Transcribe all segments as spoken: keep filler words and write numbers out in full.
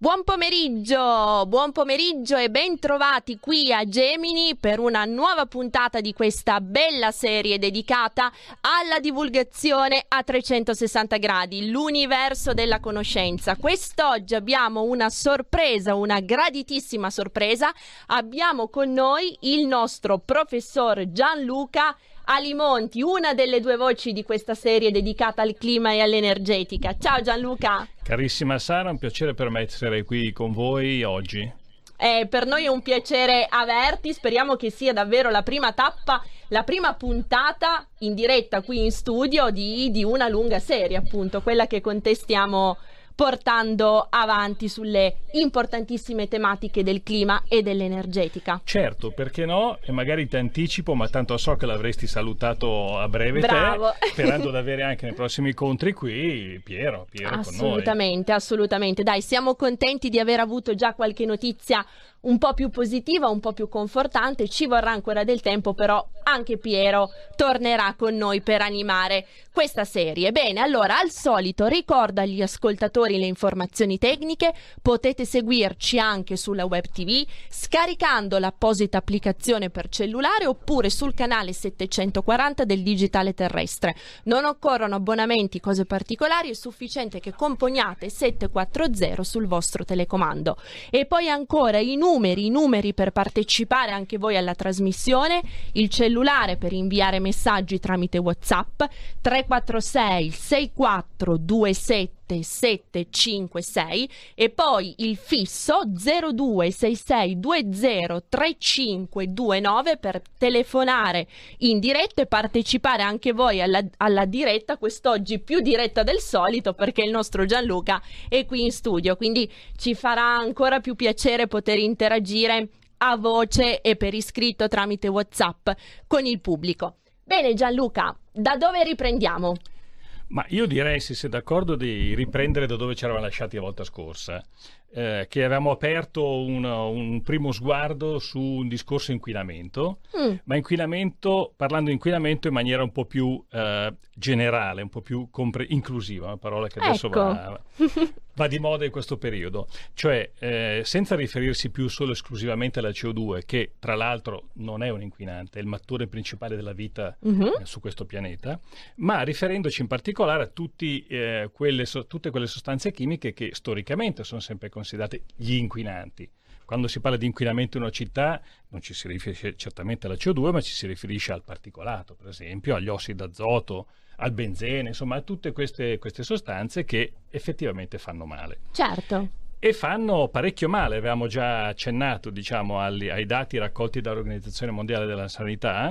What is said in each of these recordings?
Buon pomeriggio, buon pomeriggio e ben trovati qui a Gemini per una nuova puntata di questa bella serie dedicata alla divulgazione a trecentosessanta gradi, l'universo della conoscenza. Quest'oggi abbiamo una sorpresa, una graditissima sorpresa. Abbiamo con noi il nostro professor Gianluca Alimonti, una delle due voci di questa serie dedicata al clima e all'energetica. Ciao Gianluca. Carissima Sara, un piacere per me essere qui con voi oggi. Eh, per noi è un piacere averti, speriamo che sia davvero la prima tappa, la prima puntata in diretta qui in studio di, di una lunga serie, appunto, quella che con te stiamo portando avanti sulle importantissime tematiche del clima e dell'energetica. Certo, perché no? E magari ti anticipo, ma tanto so che l'avresti salutato a breve. Bravo. Te, sperando di avere anche nei prossimi incontri qui Piero, Piero con noi. Assolutamente, assolutamente. Dai, siamo contenti di aver avuto già qualche notizia un po' più positiva, un po' più confortante. Ci vorrà ancora del tempo, però anche Piero tornerà con noi per animare questa serie. Bene, allora, al solito ricordo agli ascoltatori le informazioni tecniche. Potete seguirci anche sulla web tivù scaricando l'apposita applicazione per cellulare oppure sul canale settecentoquaranta del digitale terrestre. Non occorrono abbonamenti, cose particolari, è sufficiente che componiate settecentoquaranta sul vostro telecomando. E poi ancora i numeri, i numeri per partecipare anche voi alla trasmissione, il cellulare per inviare messaggi tramite WhatsApp tre quattro sei sei quattro due sette sette cinque sei e poi il fisso zero due sei sei due zero tre cinque due nove per telefonare in diretta e partecipare anche voi alla, alla diretta, quest'oggi più diretta del solito perché il nostro Gianluca è qui in studio, quindi ci farà ancora più piacere poter interagire a voce e per iscritto tramite WhatsApp con il pubblico. Bene Gianluca, da dove riprendiamo? Ma io direi, se sei d'accordo, di riprendere da dove ci eravamo lasciati la volta scorsa, eh, che avevamo aperto un, un primo sguardo su un discorso inquinamento, mm. ma inquinamento, parlando di inquinamento in maniera un po' più eh, generale, un po' più compre- inclusiva, una parola che adesso ecco. va, va di moda in questo periodo, cioè eh, senza riferirsi più solo esclusivamente alla C O due, che tra l'altro non è un inquinante, è il motore principale della vita mm-hmm. eh, su questo pianeta, ma riferendoci in particolare a tutti, eh, quelle so- tutte quelle sostanze chimiche che storicamente sono sempre considerate gli inquinanti. Quando si parla di inquinamento in una città non ci si riferisce certamente alla C O due, ma ci si riferisce al particolato, per esempio, agli ossidi d'azoto, al benzene, insomma a tutte queste, queste sostanze che effettivamente fanno male. Certo. E fanno parecchio male, avevamo già accennato, diciamo, agli, ai dati raccolti dall'Organizzazione Mondiale della Sanità,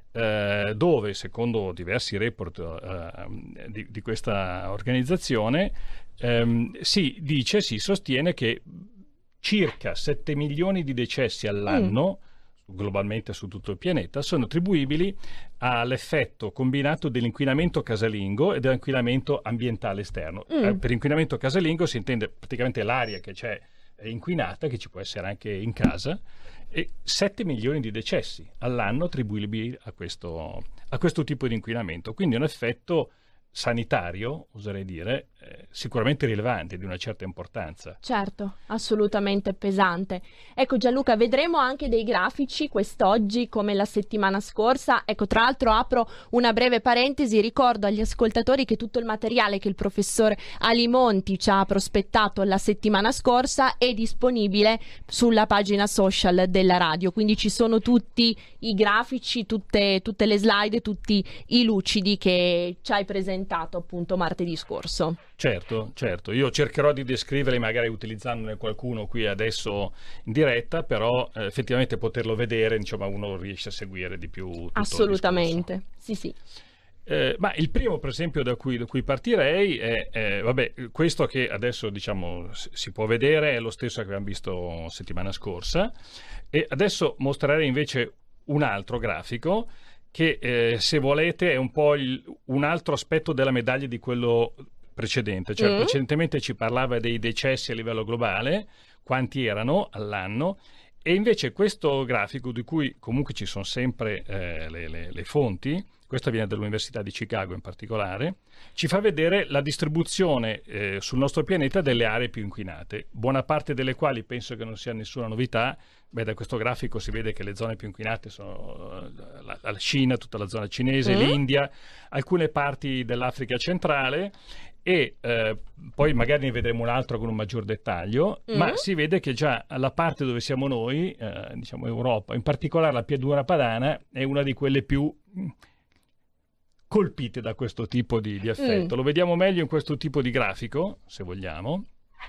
eh, dove, secondo diversi report eh, di, di questa organizzazione, ehm, si dice, si sostiene che circa sette milioni di decessi all'anno, mm. globalmente su tutto il pianeta, sono attribuibili all'effetto combinato dell'inquinamento casalingo e dell'inquinamento ambientale esterno. Mm. Eh, per inquinamento casalingo si intende praticamente l'aria che c'è inquinata, che ci può essere anche in casa, e sette milioni di decessi all'anno attribuibili a questo, a questo tipo di inquinamento. Quindi un effetto sanitario, oserei dire, eh, sicuramente rilevante, di una certa importanza. Certo, assolutamente pesante. Ecco Gianluca, vedremo anche dei grafici quest'oggi come la settimana scorsa. Ecco, tra l'altro apro una breve parentesi, ricordo agli ascoltatori che tutto il materiale che il professor Alimonti ci ha prospettato la settimana scorsa è disponibile sulla pagina social della radio, quindi ci sono tutti i grafici, tutte, tutte le slide, tutti i lucidi che ci hai presentato appunto martedì scorso. Certo, certo, io cercherò di descriverli magari utilizzandone qualcuno qui adesso in diretta, però eh, effettivamente poterlo vedere, insomma, uno riesce a seguire di più tutto assolutamente, sì sì. Eh, ma il primo, per esempio, da cui, da cui partirei è, è vabbè, questo che adesso diciamo si può vedere è lo stesso che abbiamo visto settimana scorsa, e adesso mostrerei invece un altro grafico che eh, se volete è un po' il, un altro aspetto della medaglia di quello precedente, cioè mm. precedentemente ci parlava dei decessi a livello globale, quanti erano all'anno, e invece questo grafico, di cui comunque ci sono sempre eh, le, le, le fonti, questo viene dall'Università di Chicago in particolare, ci fa vedere la distribuzione eh, sul nostro pianeta delle aree più inquinate, buona parte delle quali penso che non sia nessuna novità. Beh, da questo grafico si vede che le zone più inquinate sono la, la Cina, tutta la zona cinese, mm. l'India, alcune parti dell'Africa centrale e eh, poi magari ne vedremo un altro con un maggior dettaglio, mm. ma si vede che già la parte dove siamo noi, eh, diciamo Europa, in particolare la pianura padana, è una di quelle più colpite da questo tipo di, di effetto. Mm. Lo vediamo meglio in questo tipo di grafico, se vogliamo.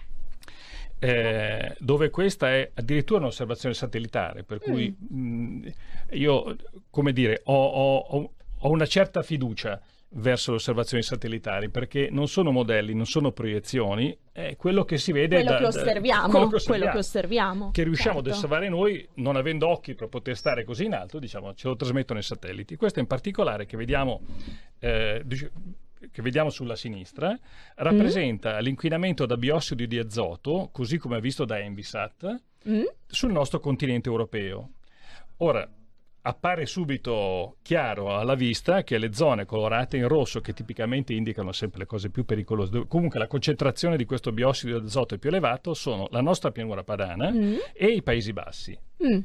Eh, dove questa è addirittura un'osservazione satellitare, per cui mm. mh, io, come dire, ho, ho, ho una certa fiducia verso le osservazioni satellitari, perché non sono modelli, non sono proiezioni, è quello che si vede, quello, da, che, osserviamo, da, quello che osserviamo, quello che osserviamo, che riusciamo certo. ad osservare noi, non avendo occhi per poter stare così in alto, diciamo, ce lo trasmettono i satelliti. Questo in particolare che vediamo eh, che vediamo sulla sinistra rappresenta mm. l'inquinamento da biossido di azoto, così come visto da Envisat, mm. sul nostro continente europeo. Ora, appare subito chiaro alla vista che le zone colorate in rosso, che tipicamente indicano sempre le cose più pericolose, comunque la concentrazione di questo biossido di azoto è più elevato, sono la nostra pianura padana mm. e i Paesi Bassi. Mm.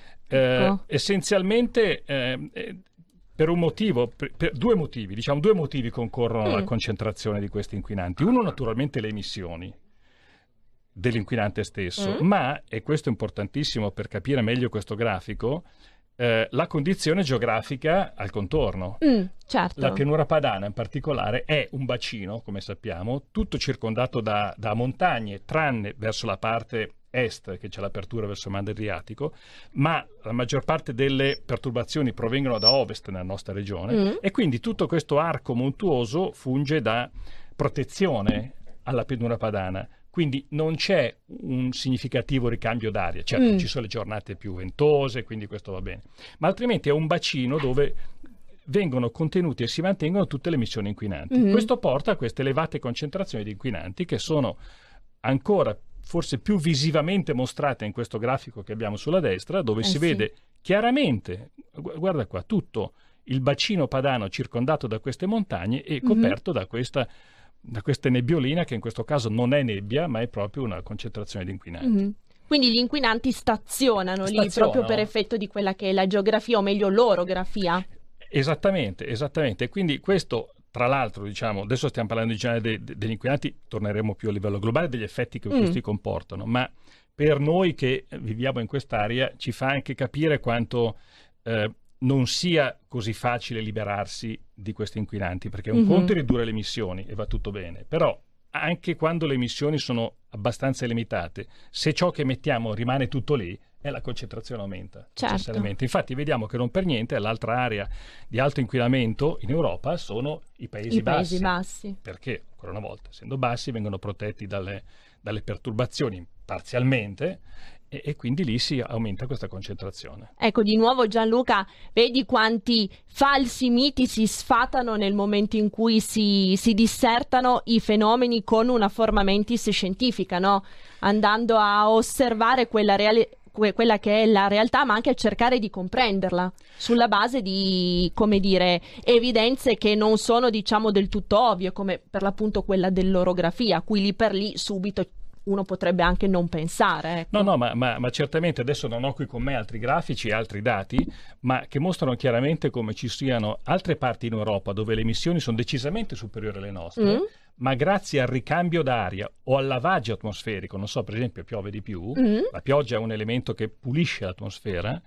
Eh, oh. Essenzialmente eh, per un motivo, per, per due motivi, diciamo due motivi concorrono mm. alla concentrazione di questi inquinanti. Uno, naturalmente, le emissioni dell'inquinante stesso, mm. ma, e questo è importantissimo per capire meglio questo grafico, eh, la condizione geografica al contorno. Mm, certo. La pianura padana in particolare è un bacino, come sappiamo, tutto circondato da, da montagne, tranne verso la parte est, che c'è l'apertura verso il Mar Adriatico, ma la maggior parte delle perturbazioni provengono da ovest nella nostra regione mm. e quindi tutto questo arco montuoso funge da protezione alla pianura padana. Quindi non c'è un significativo ricambio d'aria, certo mm. ci sono le giornate più ventose, quindi questo va bene, ma altrimenti è un bacino dove vengono contenuti e si mantengono tutte le emissioni inquinanti. Mm. Questo porta a queste elevate concentrazioni di inquinanti che sono ancora forse più visivamente mostrate in questo grafico che abbiamo sulla destra, dove eh si sì. vede chiaramente, guarda qua, tutto il bacino padano circondato da queste montagne e coperto mm-hmm. da questa da questa nebbiolina, che in questo caso non è nebbia, ma è proprio una concentrazione di inquinanti. Mm-hmm. Quindi gli inquinanti stazionano, stazionano lì proprio per effetto di quella che è la geografia, o meglio l'orografia. Esattamente, esattamente. E quindi questo, tra l'altro, diciamo, adesso stiamo parlando in generale de- de- degli inquinanti, torneremo più a livello globale, degli effetti che mm. questi comportano, ma per noi che viviamo in quest'area ci fa anche capire quanto eh, non sia così facile liberarsi di questi inquinanti, perché un mm-hmm. conto è ridurre le emissioni e va tutto bene, però anche quando le emissioni sono abbastanza limitate, se ciò che emettiamo rimane tutto lì, e la concentrazione aumenta necessariamente. Infatti vediamo che non per niente l'altra area di alto inquinamento in Europa sono i Paesi, I bassi, paesi bassi, perché ancora una volta, essendo bassi, vengono protetti dalle, dalle perturbazioni parzialmente, e, e quindi lì si aumenta questa concentrazione. Ecco, di nuovo Gianluca, vedi quanti falsi miti si sfatano nel momento in cui si, si dissertano i fenomeni con una forma mentis scientifica, no? Andando a osservare quella reale quella che è la realtà, ma anche a cercare di comprenderla sulla base di, come dire, evidenze che non sono, diciamo, del tutto ovvie, come per l'appunto quella dell'orografia, a cui lì per lì subito uno potrebbe anche non pensare. Ecco. No, no, ma, ma, ma certamente adesso non ho qui con me altri grafici e altri dati, ma che mostrano chiaramente come ci siano altre parti in Europa dove le emissioni sono decisamente superiori alle nostre, mm. ma grazie al ricambio d'aria o al lavaggio atmosferico, non so, per esempio piove di più, mm. la pioggia è un elemento che pulisce l'atmosfera,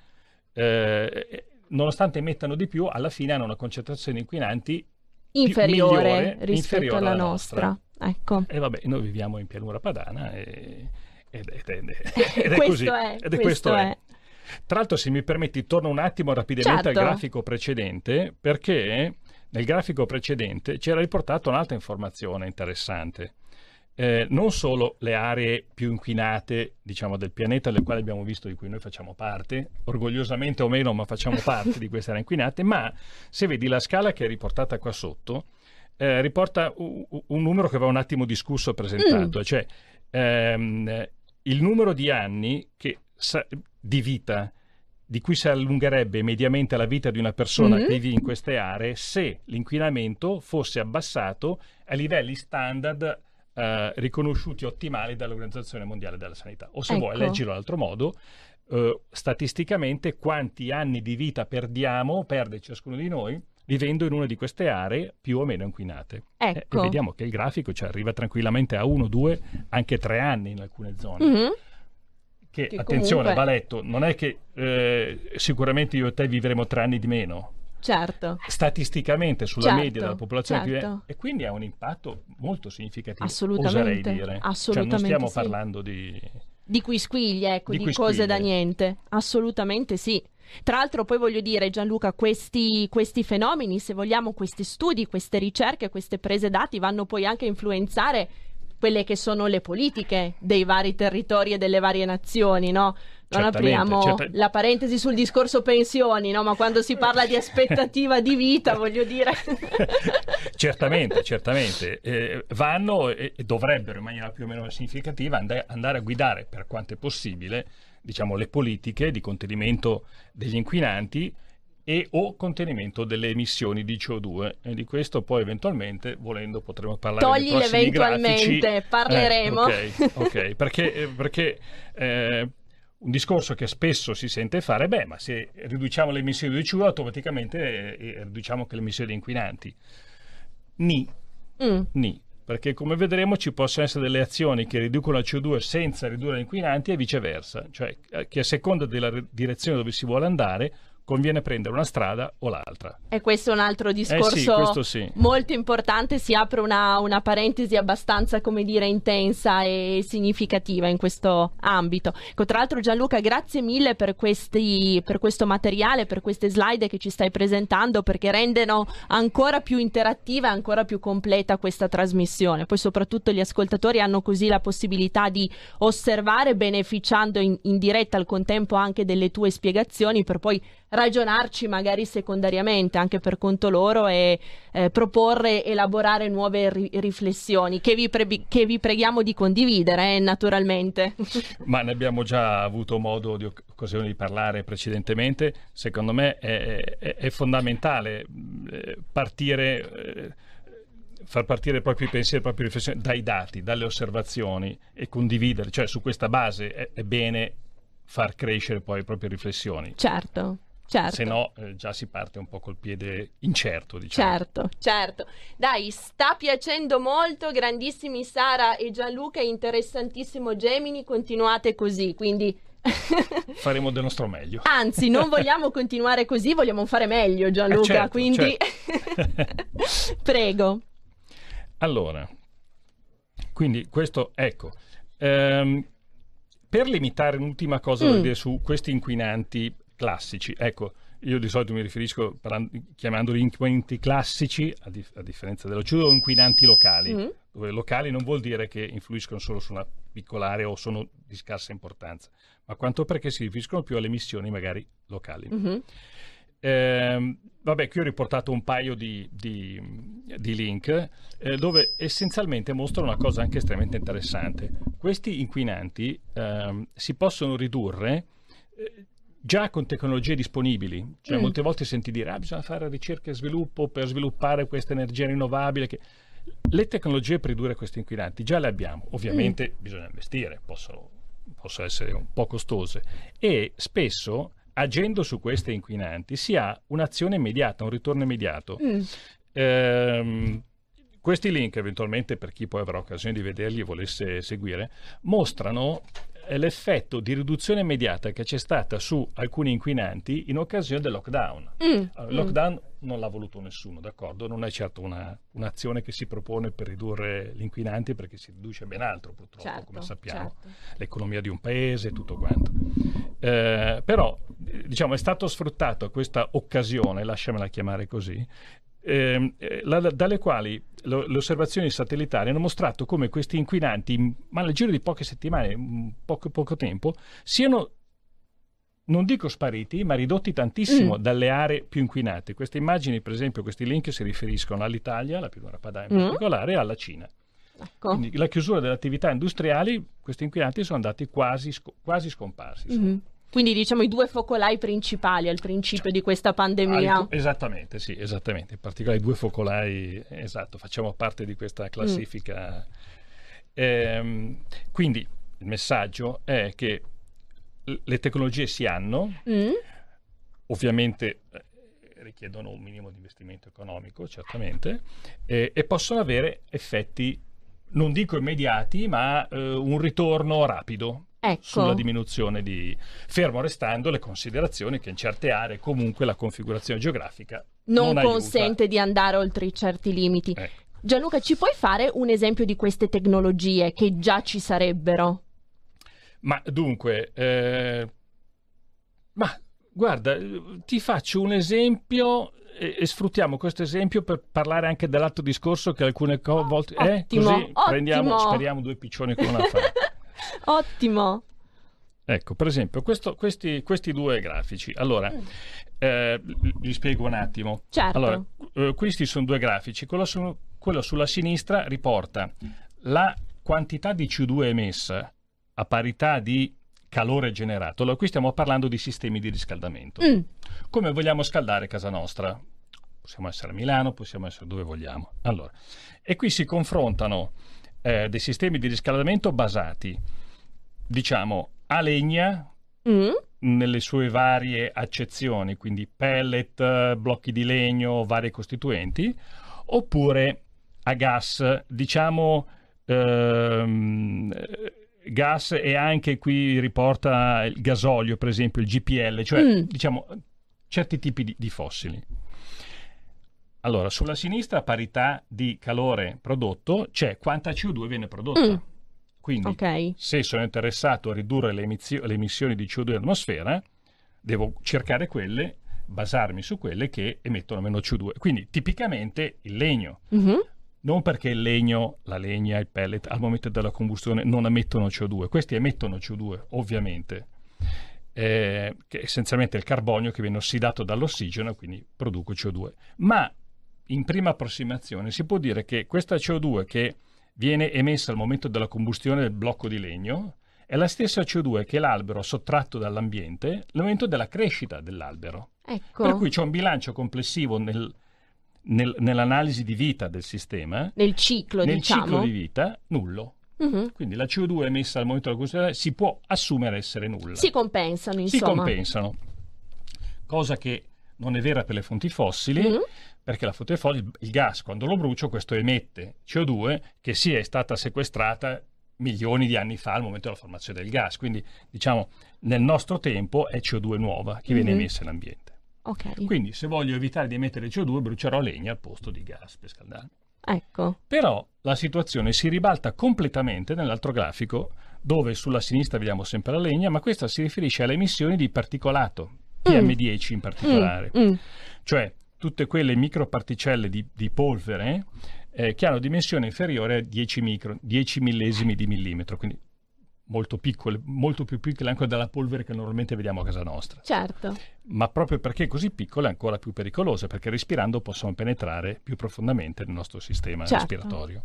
eh, nonostante emettano di più, alla fine hanno una concentrazione di inquinanti inferiore migliore, rispetto inferiore alla, alla nostra. nostra. Ecco. E vabbè, noi viviamo in pianura padana e, ed, ed, ed, ed è questo così. È, ed è questo questo è. è. Tra l'altro, se mi permetti, torno un attimo rapidamente certo. al grafico precedente, perché nel grafico precedente c'era riportata un'altra informazione interessante. Eh, non solo le aree più inquinate, diciamo, del pianeta, alle quali abbiamo visto, di cui noi facciamo parte, orgogliosamente o meno, ma facciamo parte di queste aree inquinate, ma se vedi la scala che è riportata qua sotto, eh, riporta un, un numero che va un attimo discusso presentato, mm. cioè ehm, il numero di anni che, sa, di vita di cui si allungherebbe mediamente la vita di una persona Mm-hmm. che vive in queste aree se l'inquinamento fosse abbassato a livelli standard eh, riconosciuti ottimali dall'Organizzazione Mondiale della Sanità. O se Ecco. vuoi leggilo in altro modo, eh, statisticamente quanti anni di vita perdiamo, perde ciascuno di noi, vivendo in una di queste aree più o meno inquinate. Ecco. Eh, e vediamo che il grafico ci arriva tranquillamente a uno, due, anche tre anni in alcune zone. Mm-hmm. Che, Che attenzione, comunque- va letto, non è che eh, sicuramente io e te vivremo tre anni di meno, Certo, statisticamente sulla Certo, media della popolazione più- certo. e quindi ha un impatto molto significativo, Assolutamente, oserei dire. Cioè, non assolutamente stiamo sì. parlando di... di quisquiglie, ecco, Di di, quisquiglie. cose da niente. Assolutamente sì. Tra l'altro poi voglio dire, Gianluca, questi, questi fenomeni, se vogliamo, questi studi, queste ricerche, queste prese dati vanno poi anche a influenzare quelle che sono le politiche dei vari territori e delle varie nazioni, no? Non Certamente, apriamo certa- la parentesi sul discorso pensioni, no? Ma quando si parla di aspettativa di vita, voglio dire... certamente, certamente. Eh, vanno e, e dovrebbero in maniera più o meno significativa and- andare a guidare per quanto è possibile, diciamo, le politiche di contenimento degli inquinanti e o contenimento delle emissioni di C O due. E di questo poi eventualmente, volendo, potremo parlare Togli nei prossimi l'eventualmente, grafici. parleremo. Eh, ok, ok, perché, eh, perché eh, un discorso che spesso si sente fare, beh, ma se riduciamo le emissioni di C O due automaticamente eh, eh, riduciamo anche le emissioni di inquinanti. Ni, Mm. ni, perché come vedremo ci possono essere delle azioni che riducono la C O due senza ridurre gli inquinanti e viceversa, cioè eh, che a seconda della re- direzione dove si vuole andare conviene prendere una strada o l'altra. E questo è un altro discorso Eh sì, questo sì. molto importante, si apre una, una parentesi abbastanza, come dire, intensa e significativa in questo ambito. Ecco, tra l'altro Gianluca, grazie mille per, questi, per questo materiale, per queste slide che ci stai presentando, perché rendono ancora più interattiva e ancora più completa questa trasmissione. Poi soprattutto gli ascoltatori hanno così la possibilità di osservare, beneficiando in, in diretta al contempo anche delle tue spiegazioni, per poi ragionarci magari secondariamente anche per conto loro e eh, proporre, elaborare nuove ri- riflessioni che vi, pre- che vi preghiamo di condividere, eh, naturalmente. Ma ne abbiamo già avuto modo di occasione di parlare precedentemente. Secondo me è, è, è fondamentale eh, partire, eh, far partire i propri pensieri, le proprie riflessioni dai dati, dalle osservazioni e condividere. Cioè su questa base è, è bene far crescere poi le proprie riflessioni. Certo. Certo. Se no eh, già si parte un po' col piede incerto, diciamo. Certo, certo. Dai, sta piacendo molto, grandissimi Sara e Gianluca, interessantissimo Gemini, continuate così, quindi... Faremo del nostro meglio. Anzi, non vogliamo continuare così, vogliamo fare meglio, Gianluca, Eh, certo, quindi... certo. Prego. Allora, quindi questo, ecco, ehm, per limitare un'ultima cosa Mm. da dire su questi inquinanti classici, ecco, io di solito mi riferisco parlant- chiamandoli inquinanti classici, a, dif- a differenza dello C O due, inquinanti locali, Mm. dove locali non vuol dire che influiscono solo su una piccola area o sono di scarsa importanza, ma quanto perché si riferiscono più alle emissioni magari locali. Mhm. Eh, vabbè, qui ho riportato un paio di, di, di link eh, dove essenzialmente mostrano una cosa anche estremamente interessante. Questi inquinanti ehm, si possono ridurre eh, già con tecnologie disponibili. Cioè, Mm. molte volte senti dire ah, bisogna fare ricerca e sviluppo per sviluppare questa energia rinnovabile. Che... Le tecnologie per ridurre questi inquinanti già le abbiamo. Ovviamente Mm. bisogna investire, possono, possono essere un po' costose e spesso agendo su queste inquinanti si ha un'azione immediata, un ritorno immediato. Mm. Ehm, questi link, eventualmente per chi poi avrà occasione di vederli e volesse seguire, mostrano eh, l'effetto di riduzione immediata che c'è stata su alcuni inquinanti in occasione del lockdown. Mm. Allora, il lockdown non l'ha voluto nessuno, d'accordo? Non è certo una, un'azione che si propone per ridurre gli inquinanti, perché si riduce ben altro, purtroppo, Certo, come sappiamo. certo. L'economia di un paese, tutto quanto. Eh, però, eh, diciamo, è stato sfruttato questa occasione, lasciamela chiamare così, ehm, eh, la- dalle quali lo- le osservazioni satellitari hanno mostrato come questi inquinanti, in- ma nel giro di poche settimane, in poco, poco tempo, siano, non dico spariti, ma ridotti tantissimo Mm. dalle aree più inquinate. Queste immagini, per esempio, questi link si riferiscono all'Italia, la pianura padana in Mm. particolare, e alla Cina. Ecco. Quindi la chiusura delle attività industriali, questi inquinanti sono andati quasi, sco- quasi scomparsi. insomma. Mhm. Quindi diciamo i due focolai principali al principio di questa pandemia. Esattamente, sì, esattamente. In particolare i due focolai, esatto, facciamo parte di questa classifica. Mm. Ehm, quindi il messaggio è che le tecnologie si hanno, mm. ovviamente eh, richiedono un minimo di investimento economico, certamente, eh, e possono avere effetti, non dico immediati, ma eh, un ritorno rapido. Ecco. Sulla diminuzione di, fermo restando le considerazioni che in certe aree comunque la configurazione geografica non, non consente aiuta. di andare oltre i certi limiti. Ecco. Gianluca, ci puoi fare un esempio di queste tecnologie che già ci sarebbero? Ma dunque, eh, ma guarda, ti faccio un esempio e, e sfruttiamo questo esempio per parlare anche dell'altro discorso che alcune co- volte ottimo, eh, così ottimo. prendiamo, speriamo due piccioni con una fava. Ottimo. Ecco, per esempio, questo, questi, questi due grafici. Allora, mm. eh, vi spiego un attimo. Certo. Allora, eh, questi sono due grafici. Quello, su, quello sulla sinistra riporta la quantità di C O due emessa a parità di calore generato. Allora, qui stiamo parlando di sistemi di riscaldamento. Mm. Come vogliamo scaldare casa nostra? Possiamo essere a Milano, possiamo essere dove vogliamo. Allora, e qui si confrontano Eh, dei sistemi di riscaldamento basati, diciamo, a legna mm. nelle sue varie accezioni, quindi pellet, blocchi di legno, varie costituenti, oppure a gas, diciamo, ehm, gas, e anche qui riporta il gasolio, per esempio il G P L, cioè mm. diciamo certi tipi di, di fossili. Allora, sulla sinistra, a parità di calore prodotto, c'è quanta C O due viene prodotta. Mm. Quindi, okay. se sono interessato a ridurre le, emizio- le emissioni di C O due in atmosfera, devo cercare quelle, basarmi su quelle che emettono meno C O due. Quindi, tipicamente, il legno. Mm-hmm. Non perché il legno, la legna, il pellet, al momento della combustione non emettono C O due. Questi emettono C O due, ovviamente. Eh, che è essenzialmente il carbonio che viene ossidato dall'ossigeno, quindi produco C O due. Ma in prima approssimazione si può dire che questa C O due che viene emessa al momento della combustione del blocco di legno è la stessa C O due che l'albero ha sottratto dall'ambiente nel momento della crescita dell'albero. Ecco. Per cui c'è un bilancio complessivo nel, nel, nell'analisi di vita del sistema, nel ciclo, nel diciamo. ciclo di vita, nullo. Uh-huh. Quindi la C O due emessa al momento della combustione si può assumere essere nulla. Si compensano, insomma. Si compensano. Cosa che non è vera per le fonti fossili, uh-huh. perché la fonte fossile, il gas, quando lo brucio, questo emette C O due che sì è stata sequestrata milioni di anni fa al momento della formazione del gas. Quindi, diciamo, nel nostro tempo è C O due nuova che uh-huh. viene emessa nell'ambiente. Okay. Quindi, se voglio evitare di emettere C O due, brucerò legna al posto di gas per scaldarmi. Ecco. Però la situazione si ribalta completamente nell'altro grafico, dove sulla sinistra vediamo sempre la legna, ma questa si riferisce alle emissioni di particolato, P M dieci in particolare, mm. Mm. cioè tutte quelle microparticelle di, di polvere eh, che hanno dimensione inferiore a dieci, micro, dieci millesimi di millimetro, quindi molto piccole, molto più piccole anche della polvere che normalmente vediamo a casa nostra. Certo. Ma proprio perché è così piccola è ancora più pericolosa, perché respirando possono penetrare più profondamente nel nostro sistema certo. respiratorio.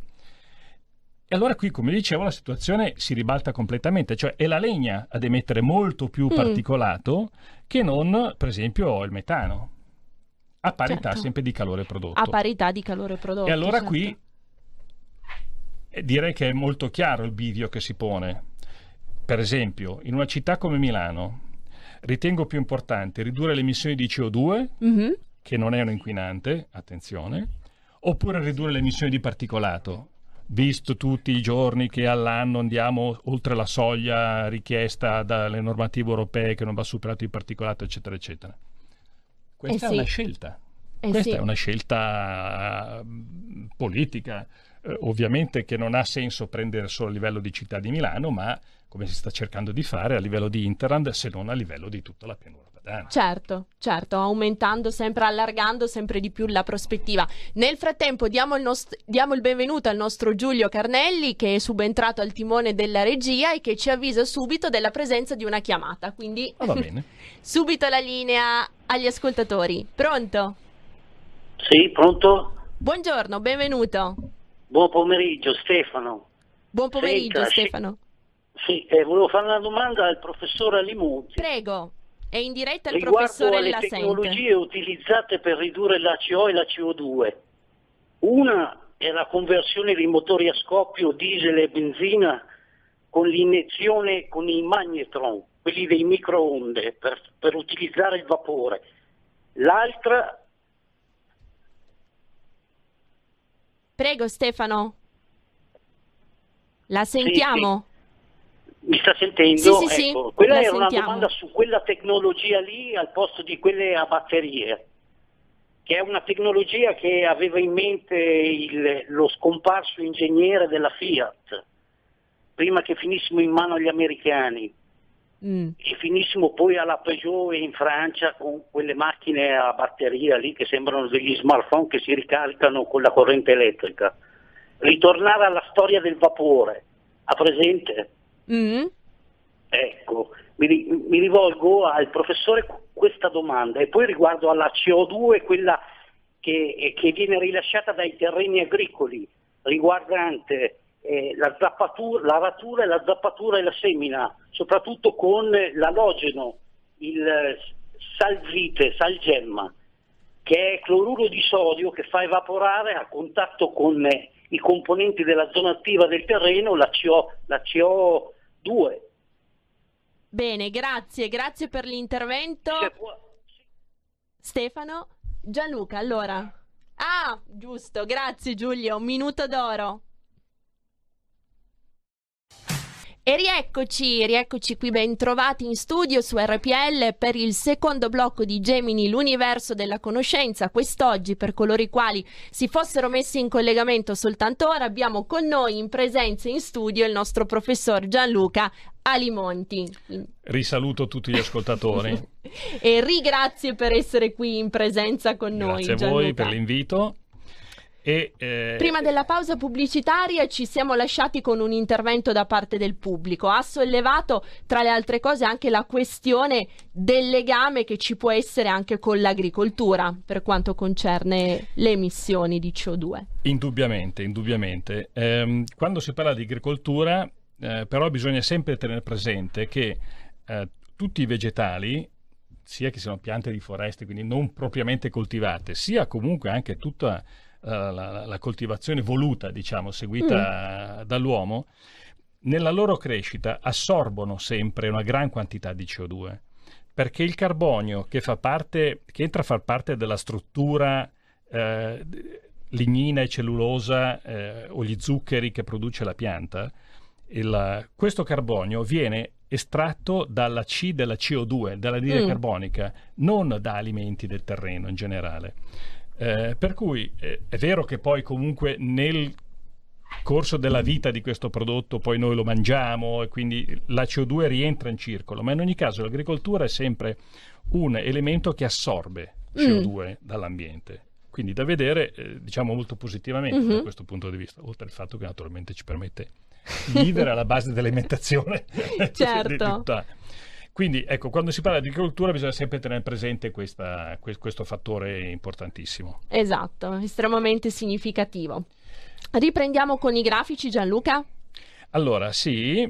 E allora qui, come dicevo, la situazione si ribalta completamente, cioè è la legna ad emettere molto più mm. particolato che non, per esempio, il metano, a parità certo. sempre di calore prodotto. A parità di calore prodotto. E allora certo. qui eh, direi che è molto chiaro il bivio che si pone. Per esempio, in una città come Milano, ritengo più importante ridurre le emissioni di C O due, mm-hmm. che non è un inquinante, attenzione, oppure ridurre le emissioni di particolato, visto tutti i giorni che all'anno andiamo oltre la soglia richiesta dalle normative europee che non va superato il particolato, eccetera, eccetera. Questa eh sì. è una scelta. Eh Questa sì. è una scelta uh, politica, uh, ovviamente che non ha senso prendere solo a livello di città di Milano, ma come si sta cercando di fare a livello di Interland, se non a livello di tutta la pianura padana. Certo, certo, aumentando sempre, allargando sempre di più la prospettiva. Nel frattempo diamo il, nost- diamo il benvenuto al nostro Giulio Carnelli, che è subentrato al timone della regia e che ci avvisa subito della presenza di una chiamata. Quindi ah, va bene. subito la linea agli ascoltatori. Pronto? Sì, pronto? Buongiorno, benvenuto. Buon pomeriggio, Stefano. Buon pomeriggio, Senta, Stefano. Sì, eh, volevo fare una domanda al professore Alimonti. Prego, è in diretta il Riguardo professore alle Lassente. tecnologie utilizzate per ridurre la C O e la C O due. Una è la conversione dei motori a scoppio diesel e benzina con l'iniezione con i magnetron, quelli dei microonde, per, per utilizzare il vapore. L'altra... Prego Stefano, la sentiamo? Sì, sì. Mi sta sentendo? Sì, sì, ecco, sì, quella la era una sentiamo. domanda su quella tecnologia lì al posto di quelle a batterie, che è una tecnologia che aveva in mente il, lo scomparso ingegnere della Fiat, prima che finissimo in mano agli americani. Mm. E finissimo poi alla Peugeot e in Francia con quelle macchine a batteria lì che sembrano degli smartphone che si ricaricano con la corrente elettrica. Ritornare alla storia del vapore, ha presente? Mm. Ecco, mi, ri- mi rivolgo al professore questa domanda e poi riguardo alla C O due, quella che, che viene rilasciata dai terreni agricoli, riguardante Eh, la zappatura, la ratura e la zappatura e la semina, soprattutto con l'alogeno, il salvite, salgemma, che è cloruro di sodio che fa evaporare a contatto con i componenti della zona attiva del terreno la C O, la C O due. Bene, grazie, grazie per l'intervento. Stefano, Gianluca, allora. Ah, giusto, grazie Giulio, un minuto d'oro. E rieccoci, rieccoci qui ben trovati in studio su R P L per il secondo blocco di Gemini, l'universo della conoscenza. Quest'oggi, per coloro i quali si fossero messi in collegamento soltanto ora, abbiamo con noi in presenza in studio il nostro professor Gianluca Alimonti. Risaluto tutti gli ascoltatori. E ringrazio per essere qui in presenza con noi, Grazie a Gianluca. voi per l'invito. E, eh, Prima della pausa pubblicitaria ci siamo lasciati con un intervento da parte del pubblico. Ha sollevato, tra le altre cose, anche la questione del legame che ci può essere anche con l'agricoltura per quanto concerne le emissioni di C O due. Indubbiamente, indubbiamente. Ehm, quando si parla di agricoltura, eh, però bisogna sempre tenere presente che eh, tutti i vegetali, sia che siano piante di foreste, quindi non propriamente coltivate, sia comunque anche tutta La, la, la coltivazione voluta, diciamo, seguita mm. dall'uomo, nella loro crescita assorbono sempre una gran quantità di C O due, perché il carbonio che fa parte, che entra a far parte della struttura eh, lignina e cellulosa eh, o gli zuccheri che produce la pianta, il, questo carbonio viene estratto dalla C della C O due, dall'anidride mm. carbonica, non da alimenti del terreno in generale. Eh, per cui eh, è vero che poi comunque nel corso della vita di questo prodotto poi noi lo mangiamo e quindi la C O due rientra in circolo, ma in ogni caso l'agricoltura è sempre un elemento che assorbe C O due mm. dall'ambiente, quindi da vedere eh, diciamo molto positivamente mm-hmm. da questo punto di vista, oltre al fatto che naturalmente ci permette di vivere alla base dell'alimentazione. Certo. di, di tutta. Quindi ecco, quando si parla di agricoltura bisogna sempre tenere presente questa, questo fattore importantissimo. Esatto, estremamente significativo. Riprendiamo con i grafici, Gianluca? Allora, sì,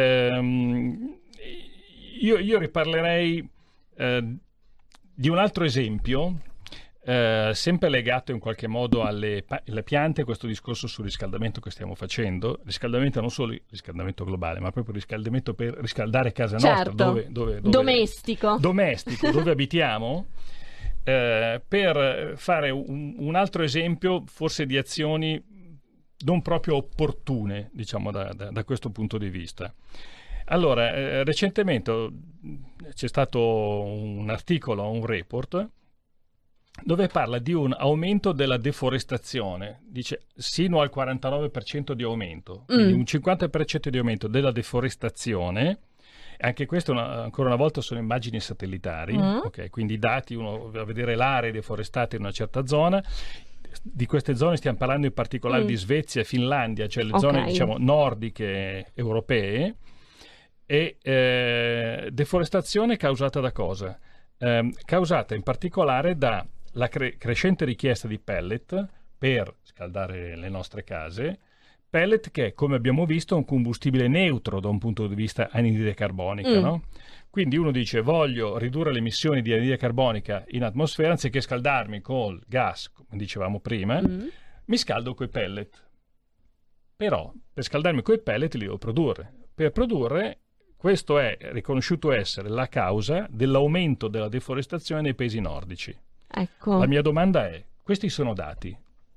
ehm, io, io riparlerei eh, di un altro esempio, eh, sempre legato in qualche modo alle, alle piante, questo discorso sul riscaldamento che stiamo facendo, riscaldamento non solo riscaldamento globale, ma proprio riscaldamento per riscaldare casa certo. nostra, dove, dove, dove, domestico, domestico dove abitiamo, eh, per fare un, un altro esempio forse di azioni non proprio opportune, diciamo, da, da, da questo punto di vista. Allora, eh, recentemente c'è stato un articolo, un report, dove parla di un aumento della deforestazione, dice sino al quarantanove per cento di aumento, quindi mm. un cinquanta per cento di aumento della deforestazione. Anche questo una, ancora una volta sono immagini satellitari, mm. okay, quindi i dati, uno va a vedere le aree deforestate in una certa zona. Di queste zone stiamo parlando in particolare mm. di Svezia e Finlandia, cioè le okay. zone diciamo nordiche europee. E eh, deforestazione causata da cosa? Eh, causata in particolare da la cre- crescente richiesta di pellet per scaldare le nostre case, pellet che è, come abbiamo visto, un combustibile neutro da un punto di vista anidride carbonica, mm. no? Quindi uno dice voglio ridurre le emissioni di anidride carbonica in atmosfera, anziché scaldarmi col gas, come dicevamo prima, mm. mi scaldo coi pellet. Però per scaldarmi coi pellet li devo produrre. Per produrre, questo è riconosciuto essere la causa dell'aumento della deforestazione nei paesi nordici. Ecco. La mia domanda è, questi sono dati.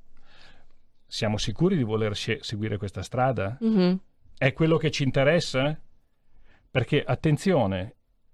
Siamo sicuri di voler seguire questa strada? Mm-hmm. È quello che ci interessa? Perché, attenzione,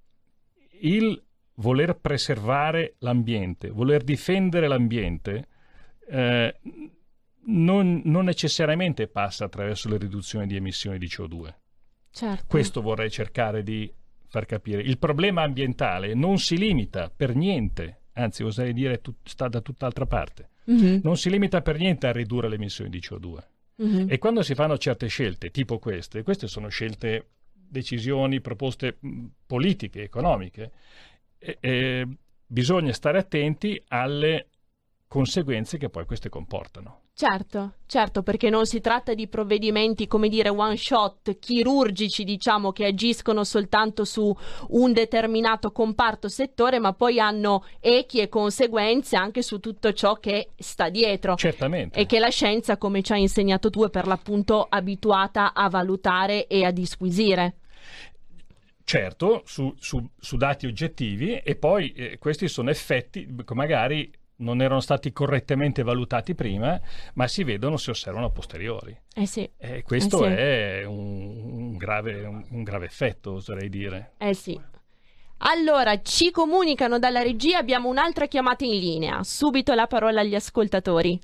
il voler preservare l'ambiente, voler difendere l'ambiente, eh, non, non necessariamente passa attraverso le riduzioni di emissioni di C O due. Certo. Questo vorrei cercare di far capire. Il problema ambientale non si limita per niente, anzi oserei dire tut- sta da tutt'altra parte. Mm-hmm. Non si limita per niente a ridurre le emissioni di C O due. Mm-hmm. E quando si fanno certe scelte, tipo queste, queste sono scelte, decisioni, proposte mh, politiche, economiche, e, e bisogna stare attenti alle conseguenze che poi queste comportano. Certo, certo, perché non si tratta di provvedimenti, come dire, one shot, chirurgici, diciamo, che agiscono soltanto su un determinato comparto settore, ma poi hanno echi e conseguenze anche su tutto ciò che sta dietro. Certamente. E che la scienza, come ci hai insegnato tu, è per l'appunto abituata a valutare e a disquisire. Certo, su, su, su dati oggettivi, e poi eh, questi sono effetti che magari non erano stati correttamente valutati prima, ma si vedono, si osservano a posteriori. Eh sì. E questo eh sì. è un, un, grave, un, un grave effetto, oserei dire. Eh sì. Allora, ci comunicano dalla regia, abbiamo un'altra chiamata in linea. Subito la parola agli ascoltatori.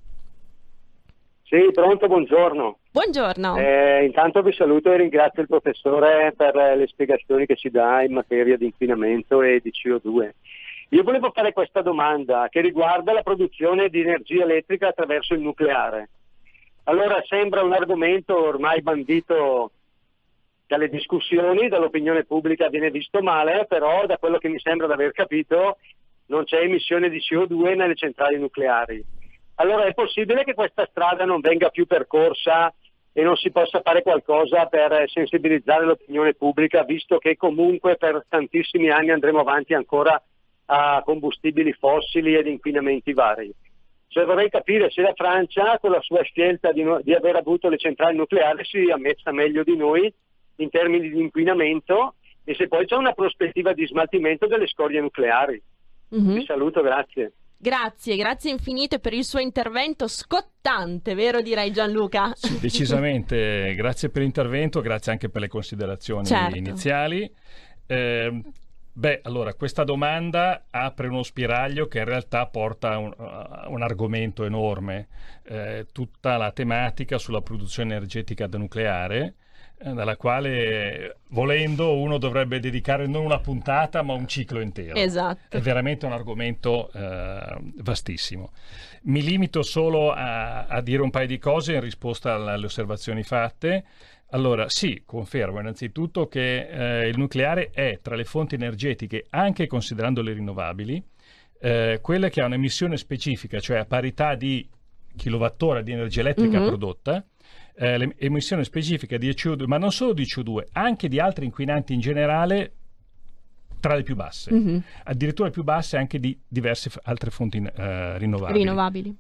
Sì, pronto, buongiorno. Buongiorno. Eh, intanto vi saluto e ringrazio il professore per le spiegazioni che ci dà in materia di inquinamento e di C O due. Io volevo fare questa domanda che riguarda la produzione di energia elettrica attraverso il nucleare. Allora, sembra un argomento ormai bandito dalle discussioni, dall'opinione pubblica viene visto male, però da quello che mi sembra di aver capito non c'è emissione di C O due nelle centrali nucleari. Allora è possibile che questa strada non venga più percorsa e non si possa fare qualcosa per sensibilizzare l'opinione pubblica, visto che comunque per tantissimi anni andremo avanti ancora a combustibili fossili ed inquinamenti vari. Cioè vorrei capire se la Francia, con la sua scelta di, no, di aver avuto le centrali nucleari, si è messa meglio di noi in termini di inquinamento, e se poi c'è una prospettiva di smaltimento delle scorie nucleari. Mm-hmm. Vi saluto, grazie. Grazie, grazie infinite per il suo intervento scottante, vero direi Gianluca? Sì, decisamente, grazie per l'intervento, grazie anche per le considerazioni certo. iniziali. Eh, beh, allora, questa domanda apre uno spiraglio che in realtà porta a un, a un argomento enorme, eh, tutta la tematica sulla produzione energetica da nucleare, dalla quale, volendo, uno dovrebbe dedicare non una puntata ma un ciclo intero. Esatto. È veramente un argomento eh, vastissimo. Mi limito solo a, a dire un paio di cose in risposta alle osservazioni fatte. Allora, sì, confermo innanzitutto che eh, il nucleare è tra le fonti energetiche, anche considerando le rinnovabili, eh, quelle che ha un'emissione specifica, cioè a parità di kilowattora di energia elettrica mm-hmm. prodotta, Eh, l'emissione specifica di C O due, ma non solo di C O due, anche di altri inquinanti in generale, tra le più basse, mm-hmm. addirittura più basse anche di diverse f- altre fonti eh, rinnovabili. rinnovabili.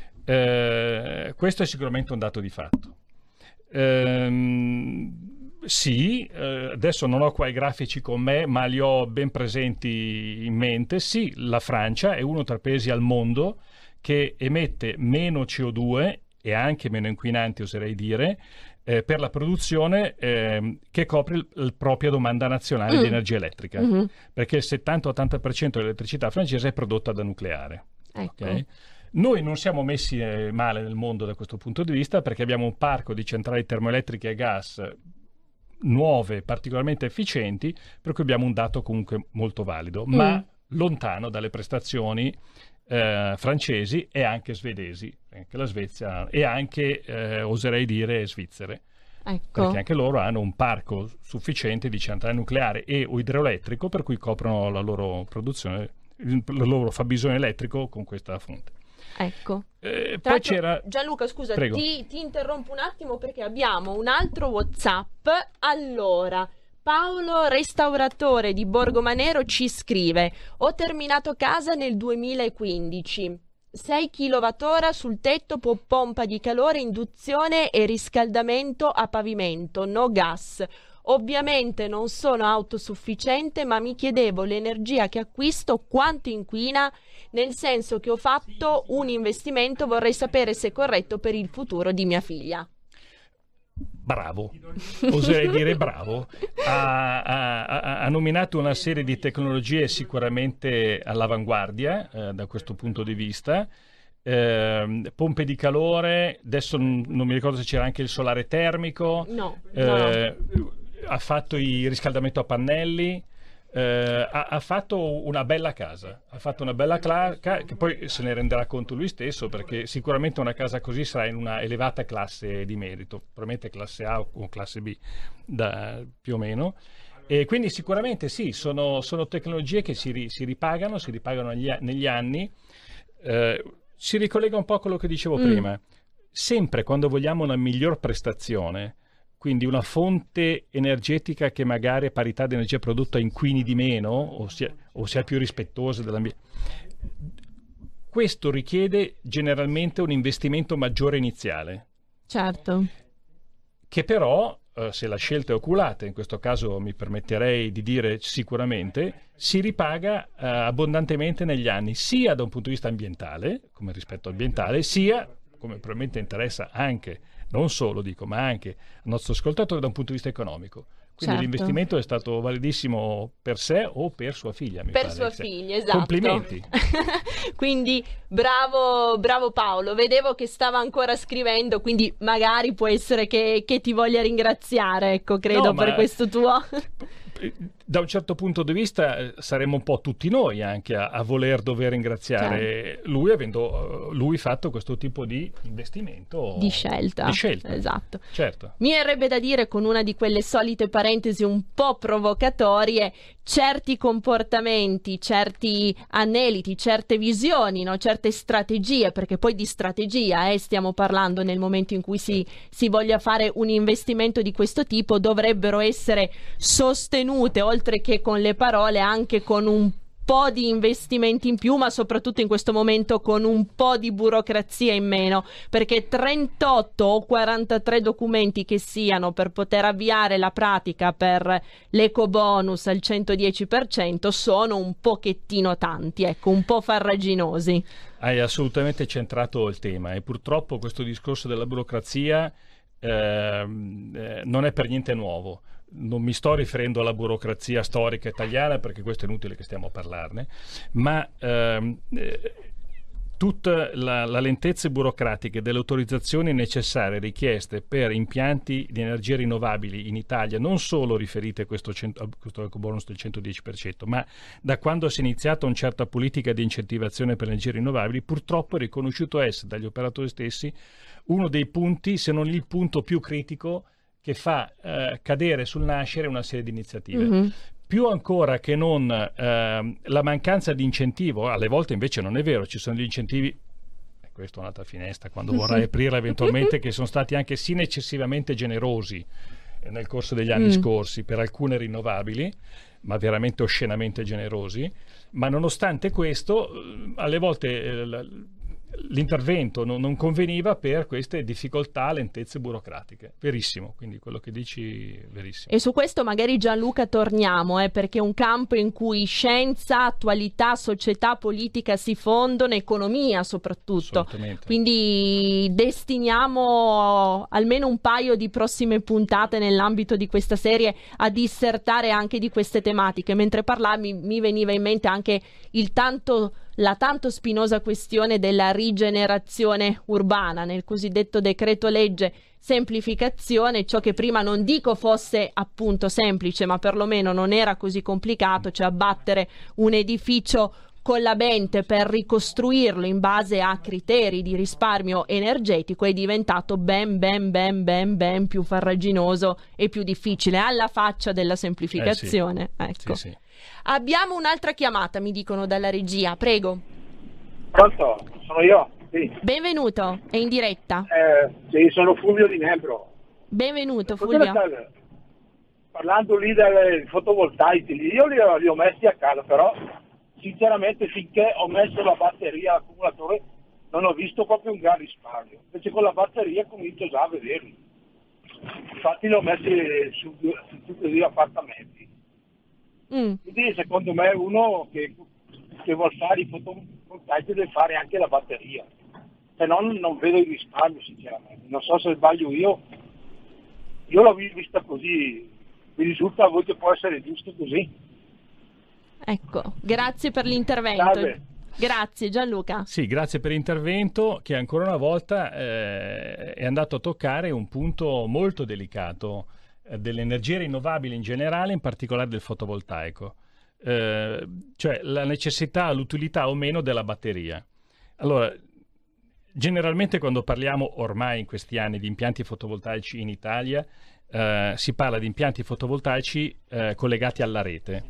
Eh, questo è sicuramente un dato di fatto. Ehm, sì, eh, adesso non ho qua i grafici con me, ma li ho ben presenti in mente. Sì, la Francia è uno tra i paesi al mondo che emette meno C O due e anche meno inquinanti, oserei dire, eh, per la produzione eh, che copre il, il propria domanda nazionale mm. di energia elettrica, mm-hmm. perché il settanta ottanta per cento dell'elettricità francese è prodotta da nucleare. Ecco. Okay? Noi non siamo messi eh, male nel mondo da questo punto di vista, perché abbiamo un parco di centrali termoelettriche a gas nuove, particolarmente efficienti, per cui abbiamo un dato comunque molto valido, mm. ma lontano dalle prestazioni Eh, francesi e anche svedesi, anche la Svezia e anche eh, oserei dire svizzere, ecco. perché anche loro hanno un parco sufficiente di centrale nucleare e o idroelettrico, per cui coprono la loro produzione, il loro fabbisogno elettrico con questa fonte. Ecco. Eh, poi c'era... Gianluca, scusa, ti, ti interrompo un attimo perché abbiamo un altro WhatsApp. Allora, Paolo, restauratore di Borgomanero, ci scrive: ho terminato casa nel duemilaquindici, sei chilowattora sul tetto, pompa di calore, induzione e riscaldamento a pavimento, no gas. Ovviamente non sono autosufficiente, ma mi chiedevo l'energia che acquisto quanto inquina, nel senso che ho fatto un investimento, vorrei sapere se è corretto per il futuro di mia figlia. Bravo, oserei dire bravo. Ha, ha, ha nominato una serie di tecnologie sicuramente all'avanguardia eh, da questo punto di vista. Eh, pompe di calore, adesso non, non mi ricordo se c'era anche il solare termico. No, eh, no. Ha fatto il riscaldamento a pannelli. Eh, ha, ha fatto una bella casa, ha fatto una bella cla- che poi se ne renderà conto lui stesso, perché sicuramente una casa così sarà in una elevata classe di merito, probabilmente classe A o classe B da, più o meno, e quindi sicuramente sì, sono, sono tecnologie che si, ri, si ripagano, si ripagano negli, negli anni. Eh, si ricollega un po' a quello che dicevo mm. prima, sempre quando vogliamo una miglior prestazione, quindi una fonte energetica che magari a parità di energia prodotta inquini di meno o sia, o sia più rispettosa dell'ambiente. Questo richiede generalmente un investimento maggiore iniziale. Certo. Che però, eh, se la scelta è oculata, in questo caso mi permetterei di dire sicuramente, si ripaga eh, abbondantemente negli anni, sia da un punto di vista ambientale, come rispetto ambientale, sia, come probabilmente interessa anche non solo dico, ma anche al nostro ascoltatore da un punto di vista economico. Quindi certo. L'investimento è stato validissimo per sé o per sua figlia. Mi per pare. sua figlia, esatto. Complimenti. Quindi bravo, bravo Paolo. Vedevo che stava ancora scrivendo, quindi magari può essere che, che ti voglia ringraziare, ecco, credo, no, per questo tuo... Da un certo punto di vista eh, saremmo un po' tutti noi anche a, a voler dover ringraziare certo. lui, avendo uh, lui fatto questo tipo di investimento di scelta, di scelta. Esatto. Certo. Mi verrebbe da dire, con una di quelle solite parentesi un po' provocatorie, certi comportamenti, certi aneliti, certe visioni, no? Certe strategie, perché poi di strategia eh, stiamo parlando nel momento in cui si, si voglia fare un investimento di questo tipo, dovrebbero essere sostenute, oltre che con le parole, anche con un po' di investimenti in più, ma soprattutto in questo momento con un po' di burocrazia in meno, perché trentotto o quarantatré documenti che siano per poter avviare la pratica per l'ecobonus al centodieci per cento sono un pochettino tanti, ecco, un po' farraginosi. Hai assolutamente centrato il tema e purtroppo questo discorso della burocrazia eh, eh, non è per niente nuovo. Non mi sto riferendo alla burocrazia storica italiana, perché questo è inutile che stiamo a parlarne, ma ehm, eh, tutta la, la lentezze burocratiche delle autorizzazioni necessarie richieste per impianti di energie rinnovabili in Italia, non solo riferite a questo, cento, a questo ecobonus del centodieci per cento, ma da quando si è iniziata una certa politica di incentivazione per le energie rinnovabili, purtroppo è riconosciuto essere dagli operatori stessi uno dei punti, se non il punto più critico, che fa eh, cadere sul nascere una serie di iniziative. Mm-hmm. Più ancora che non eh, la mancanza di incentivo, alle volte invece non è vero, ci sono gli incentivi, e questa è un'altra finestra quando vorrai aprirla eventualmente, che sono stati anche sì eccessivamente generosi nel corso degli anni mm. scorsi per alcune rinnovabili, ma veramente oscenamente generosi, ma nonostante questo alle volte eh, l'intervento non, non conveniva per queste difficoltà, lentezze burocratiche. Verissimo, quindi quello che dici verissimo. E su questo magari Gianluca torniamo, eh, perché è un campo in cui scienza, attualità, società, politica si fondono, economia soprattutto. Quindi destiniamo almeno un paio di prossime puntate nell'ambito di questa serie a dissertare anche di queste tematiche. Mentre parlavi mi veniva in mente anche il tanto la tanto spinosa questione della rigenerazione urbana nel cosiddetto decreto legge semplificazione, ciò che prima non dico fosse appunto semplice, ma perlomeno non era così complicato, cioè abbattere un edificio collabente per ricostruirlo in base a criteri di risparmio energetico è diventato ben ben ben ben ben più farraginoso e più difficile, alla faccia della semplificazione. Eh sì. Ecco. Sì, sì. Abbiamo un'altra chiamata, mi dicono dalla regia, prego. Pronto? Sono io. Sì. Benvenuto, è in diretta. Eh, sì, sono Fulvio di Nembro. Benvenuto Cosa Fulvio. sta- Parlando lì dei fotovoltaici, io li ho, li ho messi a casa, però sinceramente finché ho messo la batteria all'accumulatore non ho visto proprio un gran risparmio. Invece con la batteria comincio già a vederli. Infatti li ho messi su, su tutti gli appartamenti. Mm. Quindi secondo me uno che, che vuol fare i fotovoltaici deve fare anche la batteria. Se no non vedo il risparmio sinceramente. Non so se sbaglio io. Io l'ho vista così. Mi risulta a voi che può essere giusto così. Ecco, grazie per l'intervento. Salve. Grazie Gianluca. Sì, grazie per l'intervento che ancora una volta eh, è andato a toccare un punto molto delicato eh, delle energie rinnovabili in generale, in particolare del fotovoltaico, eh, cioè la necessità, l'utilità o meno della batteria. Allora, generalmente quando parliamo ormai in questi anni di impianti fotovoltaici in Italia, eh, si parla di impianti fotovoltaici eh, collegati alla rete.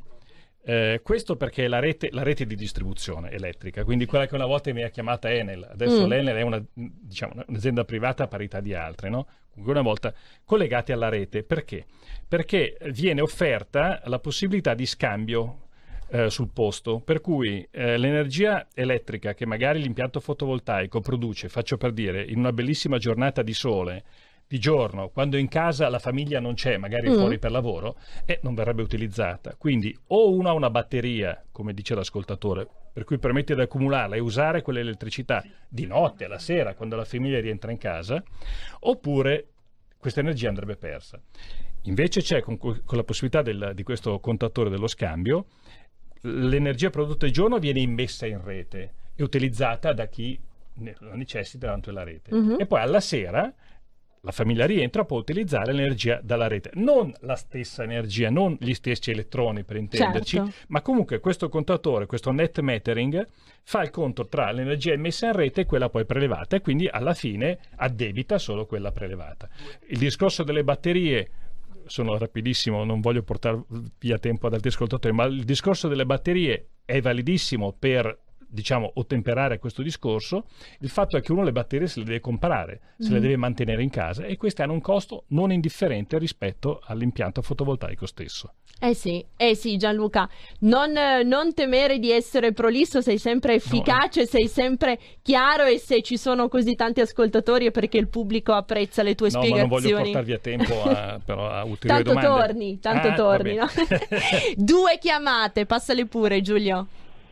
Eh, questo perché la rete, la rete di distribuzione elettrica, quindi quella che una volta mi ha chiamata Enel, adesso mm. l'Enel è una, diciamo, un'azienda privata a parità di altre, no? Una volta collegati alla rete. Perché? Perché viene offerta la possibilità di scambio eh, sul posto, per cui eh, l'energia elettrica che magari l'impianto fotovoltaico produce, faccio per dire, in una bellissima giornata di sole, di giorno, quando in casa la famiglia non c'è, magari mm. fuori per lavoro, e non verrebbe utilizzata. Quindi o uno ha una batteria, come dice l'ascoltatore, per cui permette di accumularla e usare quell'elettricità di notte, alla sera, quando la famiglia rientra in casa, oppure questa energia andrebbe persa. Invece c'è, con, con la possibilità del, di questo contatore dello scambio, l'energia prodotta di giorno viene immessa in rete e utilizzata da chi la necessita davanti alla rete. Mm-hmm. E poi alla sera la famiglia rientra, può utilizzare l'energia dalla rete, non la stessa energia, non gli stessi elettroni per intenderci, certo. Ma comunque questo contatore, questo net metering, fa il conto tra l'energia immessa in rete e quella poi prelevata, e quindi alla fine addebita solo quella prelevata. Il discorso delle batterie, sono rapidissimo, non voglio portare via tempo ad altri ascoltatori, ma il discorso delle batterie è validissimo per, diciamo, ottemperare a questo discorso. Il fatto è che uno le batterie se le deve comprare, se mm. le deve mantenere in casa, e queste hanno un costo non indifferente rispetto all'impianto fotovoltaico stesso. Eh sì, eh sì Gianluca, non, non temere di essere prolisso, sei sempre efficace, no. sei sempre chiaro, e se ci sono così tanti ascoltatori è perché il pubblico apprezza le tue no, spiegazioni. No, ma non voglio portar via tempo a, però a ulteriori tanto domande. Torni, tanto ah, torni, no? Due chiamate, passale pure Giulio.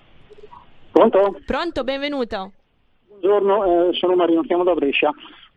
Pronto? Pronto, benvenuto. Buongiorno, eh, sono Marino, chiamo da Brescia.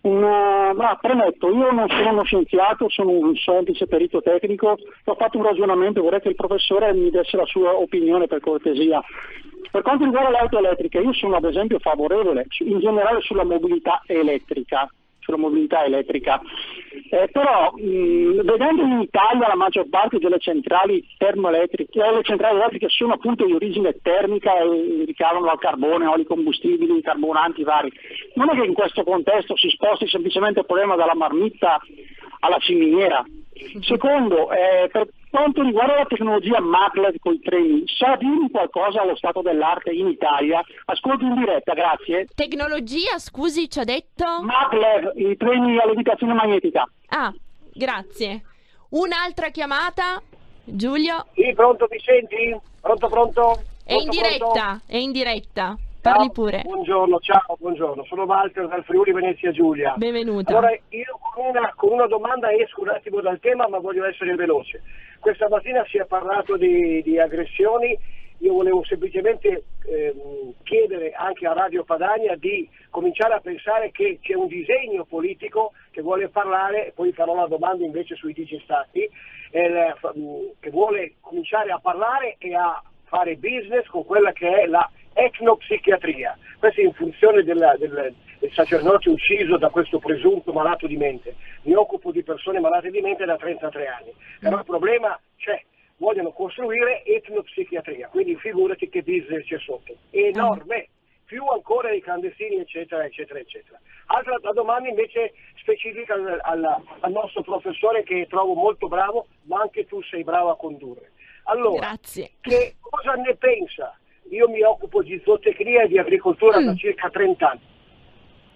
Una, ma premetto, io non sono uno scienziato, sono un semplice perito tecnico, ho fatto un ragionamento, vorrei che il professore mi desse la sua opinione per cortesia. Per quanto riguarda le auto elettriche, io sono ad esempio favorevole in generale sulla mobilità elettrica, sulla mobilità elettrica. Eh, però mh, vedendo in Italia la maggior parte delle centrali termoelettriche, eh, le centrali elettriche sono appunto di origine termica e ricavano dal carbone, oli combustibili, carburanti vari. Non è che in questo contesto si sposti semplicemente il problema dalla marmitta alla ciminiera. Secondo, eh, per quanto riguarda la tecnologia maglev con i treni, sa dirmi qualcosa allo stato dell'arte in Italia? Ascolto in diretta, grazie. Tecnologia, scusi, ci ha detto? Maglev, i treni a levitazione magnetica. Ah, grazie. Un'altra chiamata, Giulio? Sì, pronto, mi senti? Pronto, pronto? È in diretta, pronto? È in diretta. Parli ciao, pure. Buongiorno, ciao, buongiorno. Sono Walter dal Friuli Venezia Giulia. Benvenuto. Allora, io con una, con una domanda esco un attimo dal tema, ma voglio essere veloce. Questa mattina si è parlato di, di aggressioni. Io volevo semplicemente ehm, chiedere anche a Radio Padania di cominciare a pensare che c'è un disegno politico che vuole parlare, poi farò la domanda invece sui digestati, eh, che vuole cominciare a parlare e a fare business con quella che è la etnopsichiatria. Questo in funzione della, del, del sacerdote ucciso da questo presunto malato di mente. Mi occupo di persone malate di mente da trentatré anni, però il problema c'è. Vogliono costruire etnopsichiatria, quindi figurati che business c'è sotto, enorme, più ancora dei clandestini, eccetera, eccetera, eccetera. Altra la domanda invece specifica al, al, al nostro professore, che trovo molto bravo, ma anche tu sei bravo a condurre. Allora, grazie. Che cosa ne pensa? Io mi occupo di zootecnia e di agricoltura mm. da circa trenta anni.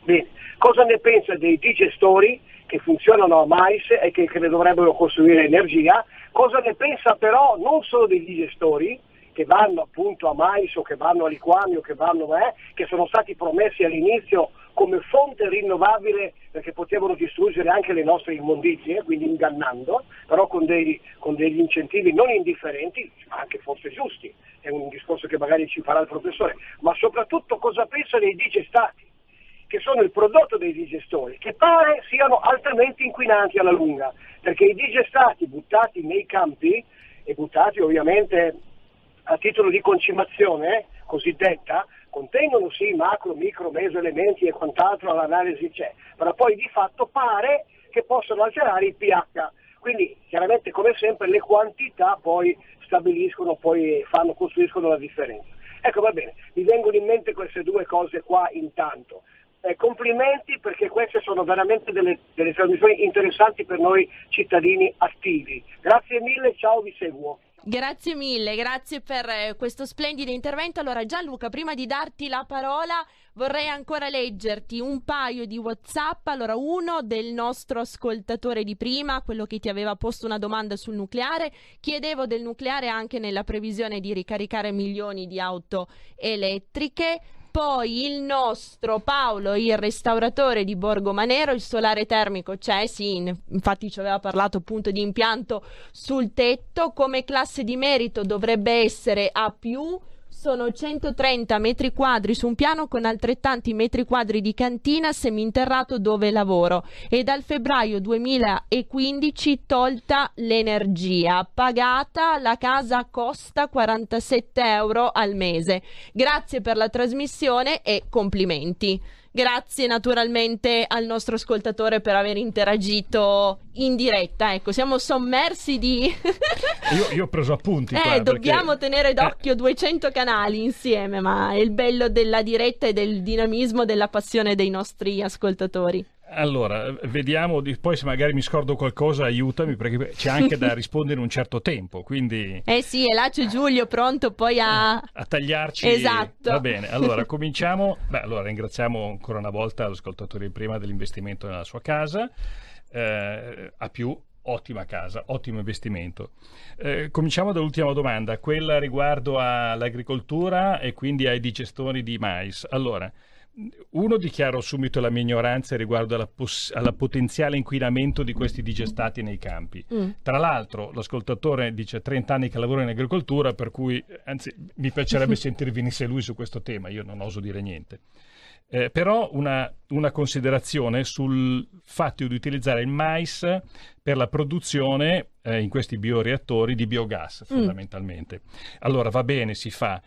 Bene, cosa ne pensa dei digestori che funzionano a mais e che, che ne dovrebbero costruire energia? Cosa ne pensa però non solo dei digestori che vanno appunto a mais o che vanno a liquami o che vanno eh, che sono stati promessi all'inizio come fonte rinnovabile perché potevano distruggere anche le nostre immondizie, quindi ingannando, però con, dei, con degli incentivi non indifferenti, ma anche forse giusti, è un discorso che magari ci farà il professore, ma soprattutto cosa pensa dei digestati, che sono il prodotto dei digestori, che pare siano altamente inquinanti alla lunga, perché i digestati buttati nei campi, e buttati ovviamente a titolo di concimazione, eh, cosiddetta, contengono sì macro, micro, meso elementi e quant'altro, all'analisi c'è, però poi di fatto pare che possano alterare il pH, quindi chiaramente come sempre le quantità poi stabiliscono, poi fanno, costruiscono la differenza. Ecco, va bene, mi vengono in mente queste due cose qua intanto. Eh, complimenti perché queste sono veramente delle, delle trasmissioni interessanti per noi cittadini attivi. Grazie mille, ciao, vi seguo. Grazie mille, grazie per eh, questo splendido intervento. Allora Gianluca, prima di darti la parola vorrei ancora leggerti un paio di WhatsApp. Allora, uno del nostro ascoltatore di prima, quello che ti aveva posto una domanda sul nucleare. Chiedevo del nucleare anche nella previsione di ricaricare milioni di auto elettriche. Poi il nostro Paolo, il restauratore di Borgo Manero, il solare termico c'è, sì, infatti ci aveva parlato appunto di impianto sul tetto, come classe di merito dovrebbe essere A più, sono centotrenta metri quadri su un piano con altrettanti metri quadri di cantina seminterrato dove lavoro e dal febbraio duemilaquindici tolta l'energia, pagata la casa costa quarantasette euro al mese. Grazie per la trasmissione e complimenti. Grazie naturalmente al nostro ascoltatore per aver interagito in diretta. Ecco, siamo sommersi di... io, io ho preso appunti. Eh, qua, dobbiamo perché... tenere d'occhio eh. duecento canali insieme, ma è il bello della diretta e del dinamismo, della passione dei nostri ascoltatori. Allora, vediamo, poi se magari mi scordo qualcosa aiutami, perché c'è anche da rispondere in un certo tempo, quindi... Eh sì, e là c'è Giulio pronto poi a... A tagliarci... Esatto. Va bene, allora cominciamo... Beh, allora ringraziamo ancora una volta l'ascoltatore prima dell'investimento nella sua casa, eh, a più... Ottima casa, ottimo investimento. Eh, cominciamo dall'ultima domanda, quella riguardo all'agricoltura e quindi ai digestori di mais. Allora, uno, dichiaro subito la mia ignoranza riguardo alla, poss- alla potenziale inquinamento di questi digestati nei campi. Mm. Tra l'altro, l'ascoltatore dice trenta anni che lavora in agricoltura, per cui, anzi, mi piacerebbe sentir venisse lui su questo tema, io non oso dire niente. Eh, però una, una considerazione sul fatto di utilizzare il mais per la produzione eh, in questi bioreattori di biogas fondamentalmente. Mm. Allora va bene, si fa.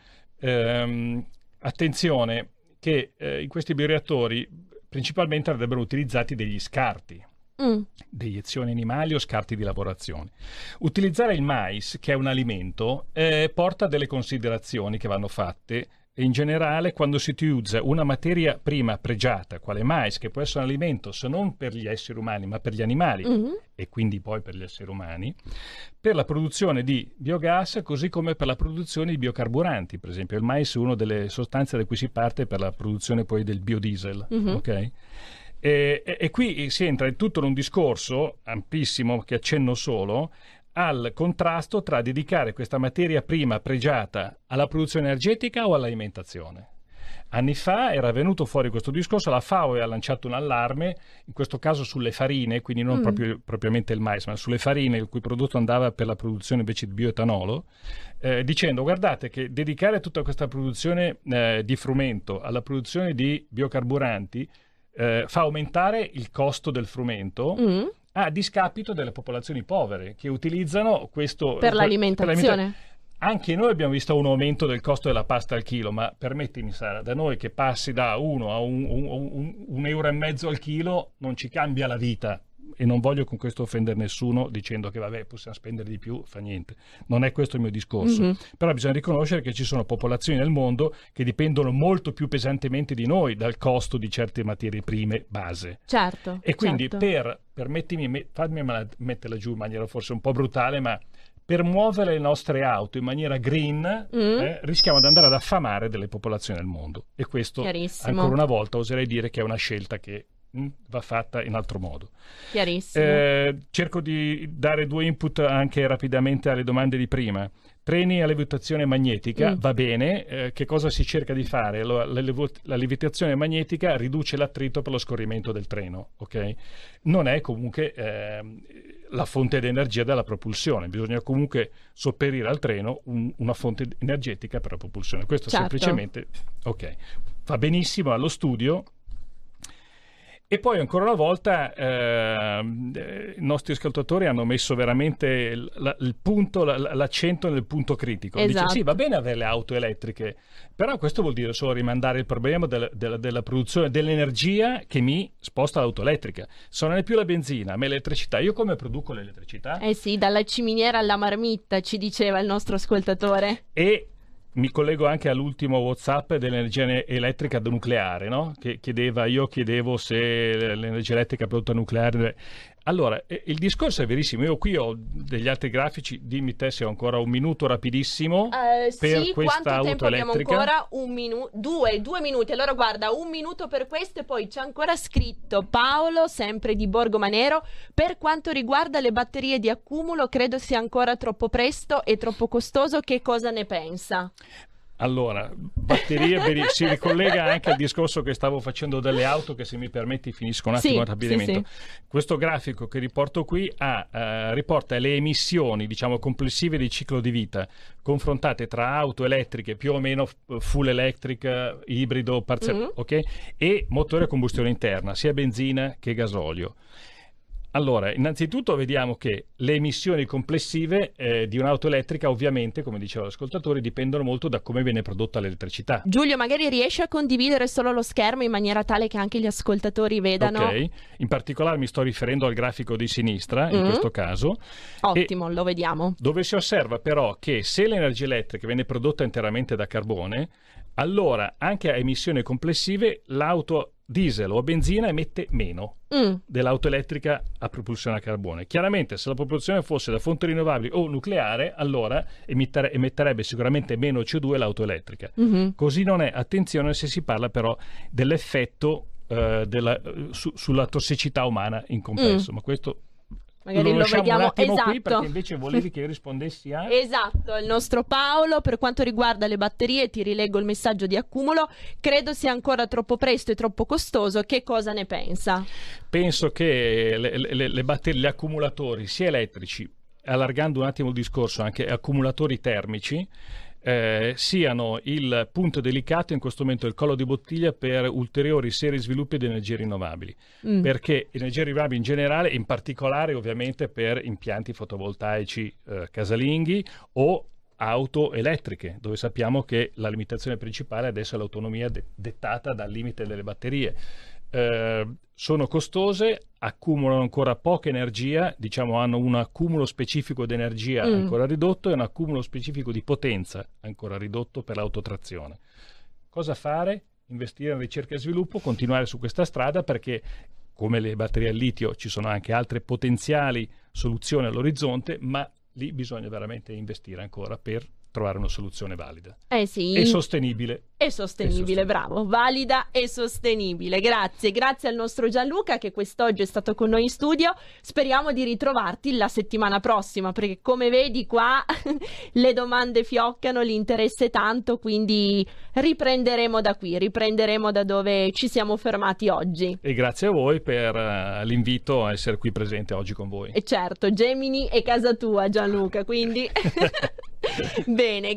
Ehm, attenzione che eh, in questi bioreattori principalmente andrebbero utilizzati degli scarti. Mm. Deiezioni animali o scarti di lavorazione. Utilizzare il mais, che è un alimento, eh, porta delle considerazioni che vanno fatte. In generale, quando si utilizza una materia prima pregiata, quale mais, che può essere un alimento se non per gli esseri umani ma per gli animali, mm-hmm. e quindi poi per gli esseri umani, per la produzione di biogas, così come per la produzione di biocarburanti. Per esempio il mais è una delle sostanze da cui si parte per la produzione poi del biodiesel. Mm-hmm. Okay? E, e, e qui si entra in tutto in un discorso ampissimo che accenno solo al contrasto tra dedicare questa materia prima pregiata alla produzione energetica o all'alimentazione. Anni fa era venuto fuori questo discorso, la FAO aveva lanciato un allarme, in questo caso sulle farine, quindi non mm. proprio, propriamente il mais, ma sulle farine il cui prodotto andava per la produzione invece di bioetanolo, eh, dicendo guardate che dedicare tutta questa produzione eh, di frumento alla produzione di biocarburanti eh, fa aumentare il costo del frumento, mm. a discapito delle popolazioni povere che utilizzano questo per l'alimentazione. Per l'alimentazione. Anche noi abbiamo visto un aumento del costo della pasta al chilo, ma permettimi Sara, da noi che passi da uno a un, un, un, un euro e mezzo al chilo non ci cambia la vita, e non voglio con questo offendere nessuno dicendo che vabbè possiamo spendere di più, fa niente, non è questo il mio discorso. Mm-hmm. Però bisogna riconoscere che ci sono popolazioni nel mondo che dipendono molto più pesantemente di noi dal costo di certe materie prime base. Certo. E quindi certo. per, permettimi, fammi metterla giù in maniera forse un po' brutale, ma per muovere le nostre auto in maniera green mm. eh, rischiamo di andare ad affamare delle popolazioni del mondo, e questo ancora una volta oserei dire che è una scelta che mh, va fatta in altro modo. Chiarissimo. Eh, cerco di dare due input anche rapidamente alle domande di prima. Treni a levitazione magnetica, mm. va bene, eh, che cosa si cerca di fare? La, la, la levitazione magnetica riduce l'attrito per lo scorrimento del treno, ok? Non è comunque eh, la fonte di energia della propulsione, bisogna comunque sopperire al treno un, una fonte energetica per la propulsione. Questo certo. semplicemente, ok, va benissimo allo studio. E poi ancora una volta eh, i nostri ascoltatori hanno messo veramente il, la, il punto, la, l'accento nel punto critico. Esatto. Dice sì, va bene avere le auto elettriche, però questo vuol dire solo rimandare il problema del, del, della produzione dell'energia che mi sposta l'auto elettrica. Se non è più la benzina, ma l'elettricità, io come produco l'elettricità? Eh sì, dalla ciminiera alla marmitta, ci diceva il nostro ascoltatore. E mi collego anche all'ultimo WhatsApp dell'energia elettrica nucleare, no? Che chiedeva, io chiedevo se l'energia elettrica prodotta nucleare. Allora, il discorso è verissimo. Io qui ho degli altri grafici, dimmi te se ho ancora un minuto rapidissimo uh, per sì, questa quanto auto tempo elettrica. abbiamo ancora? Un minuto, due, due minuti. Allora guarda, un minuto per questo, e poi c'è ancora scritto Paolo, sempre di Borgo Manero: per quanto riguarda le batterie di accumulo, credo sia ancora troppo presto e troppo costoso. Che cosa ne pensa? Allora, batterie si ricollega anche al discorso che stavo facendo delle auto, che se mi permetti finisco un attimo sì, rapidamente. Sì, sì. Questo grafico che riporto qui ha, eh, riporta le emissioni, diciamo, complessive di ciclo di vita, confrontate tra auto elettriche più o meno full electric, ibrido, parziale, mm-hmm. ok? E motore a combustione interna, sia benzina che gasolio. Allora, innanzitutto vediamo che le emissioni complessive eh, di un'auto elettrica, ovviamente, come diceva l'ascoltatore, dipendono molto da come viene prodotta l'elettricità. Giulio, magari riesci a condividere solo lo schermo in maniera tale che anche gli ascoltatori vedano? Ok, in particolare mi sto riferendo al grafico di sinistra, in mm. questo caso. Ottimo, lo vediamo. Dove si osserva però che se l'energia elettrica viene prodotta interamente da carbone, allora anche a emissioni complessive l'auto diesel o a benzina emette meno mm. dell'auto elettrica a propulsione a carbone. Chiaramente, se la propulsione fosse da fonti rinnovabili o nucleare, allora emettere, emetterebbe sicuramente meno C O due l'auto elettrica. Mm-hmm. Così non è. Attenzione se si parla però dell'effetto uh, della, su, sulla tossicità umana in complesso, mm. ma questo magari lo, lo vediamo un attimo esatto. qui, perché invece volevi che io rispondessi a... Esatto, il nostro Paolo: per quanto riguarda le batterie, ti rileggo il messaggio di accumulo, credo sia ancora troppo presto e troppo costoso. Che cosa ne pensa? Penso che le, le, le batterie, gli accumulatori sia elettrici, allargando un attimo il discorso, anche accumulatori termici, Eh, siano il punto delicato in questo momento, il collo di bottiglia per ulteriori seri sviluppi di energie rinnovabili, mm. perché energie rinnovabili in generale, in particolare ovviamente per impianti fotovoltaici eh, casalinghi o auto elettriche, dove sappiamo che la limitazione principale adesso è l'autonomia de- dettata dal limite delle batterie. Eh, sono costose, accumulano ancora poca energia, diciamo hanno un accumulo specifico di energia mm. ancora ridotto e un accumulo specifico di potenza ancora ridotto per l'autotrazione. Cosa fare? Investire in ricerca e sviluppo, continuare su questa strada, perché come le batterie al litio ci sono anche altre potenziali soluzioni all'orizzonte, ma lì bisogna veramente investire ancora per trovare una soluzione valida eh sì. e sostenibile. E sostenibile, bravo, valida e sostenibile. Grazie, grazie al nostro Gianluca che quest'oggi è stato con noi in studio. Speriamo di ritrovarti la settimana prossima, perché come vedi qua le domande fioccano, l'interesse è tanto, quindi riprenderemo da qui, riprenderemo da dove ci siamo fermati oggi. E grazie a voi per uh, l'invito a essere qui presente oggi con voi. E certo, Gemini è casa tua, Gianluca, quindi bene.